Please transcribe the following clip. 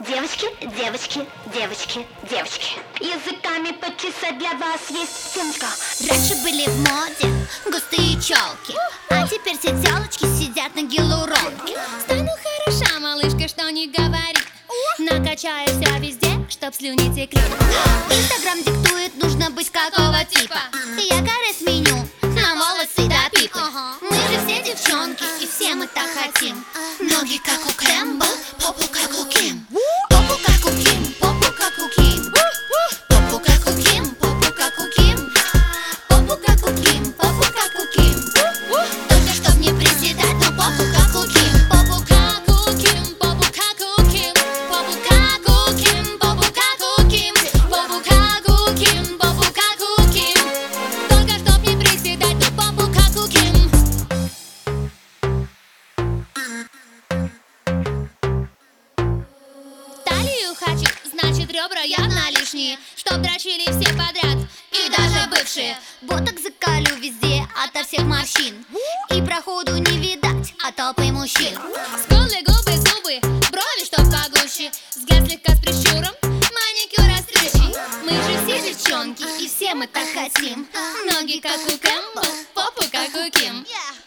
Девочки, девочки, девочки, девочки, языками почесать для вас есть темочка. Раньше были в моде густые челки, а теперь все телочки сидят на гиалуронке. Стану хороша, малышка, что не говори. Накачаю все везде, чтоб слюни текли. Инстаграм диктует, нужно быть какого типа. Я каре сменю на волосы до пипы. Мы же все девчонки, и все мы так хотим. Ноги как у Кэмпбелл, попу как у Ким. Попу как у Ким, попу как у Ким. Попу как у Ким, попу как у Ким. Попу как у Ким, попу как у Ким. Только чтоб не приседать, но попу как у Ким. Попу как у Ким, попу как у Ким. Попу как у Ким, попу как у Ким. Попу как у Ким, попу как у Ким. Только чтоб не приседать, но попу как у Ким. Талию хочу, значит ребра явно лишние, чтоб дрочили все подряд, и даже бывшие. Боток закалю везде, ото всех морщин, и проходу не видать от толпы мужчин. Скулы, губы, зубы, брови чтоб погуще, взгляд слегка с прищуром, маникюр острющий. Мы же все девчонки, и все мы так хотим. Ноги как у Кэмпбелл, попу как у Ким.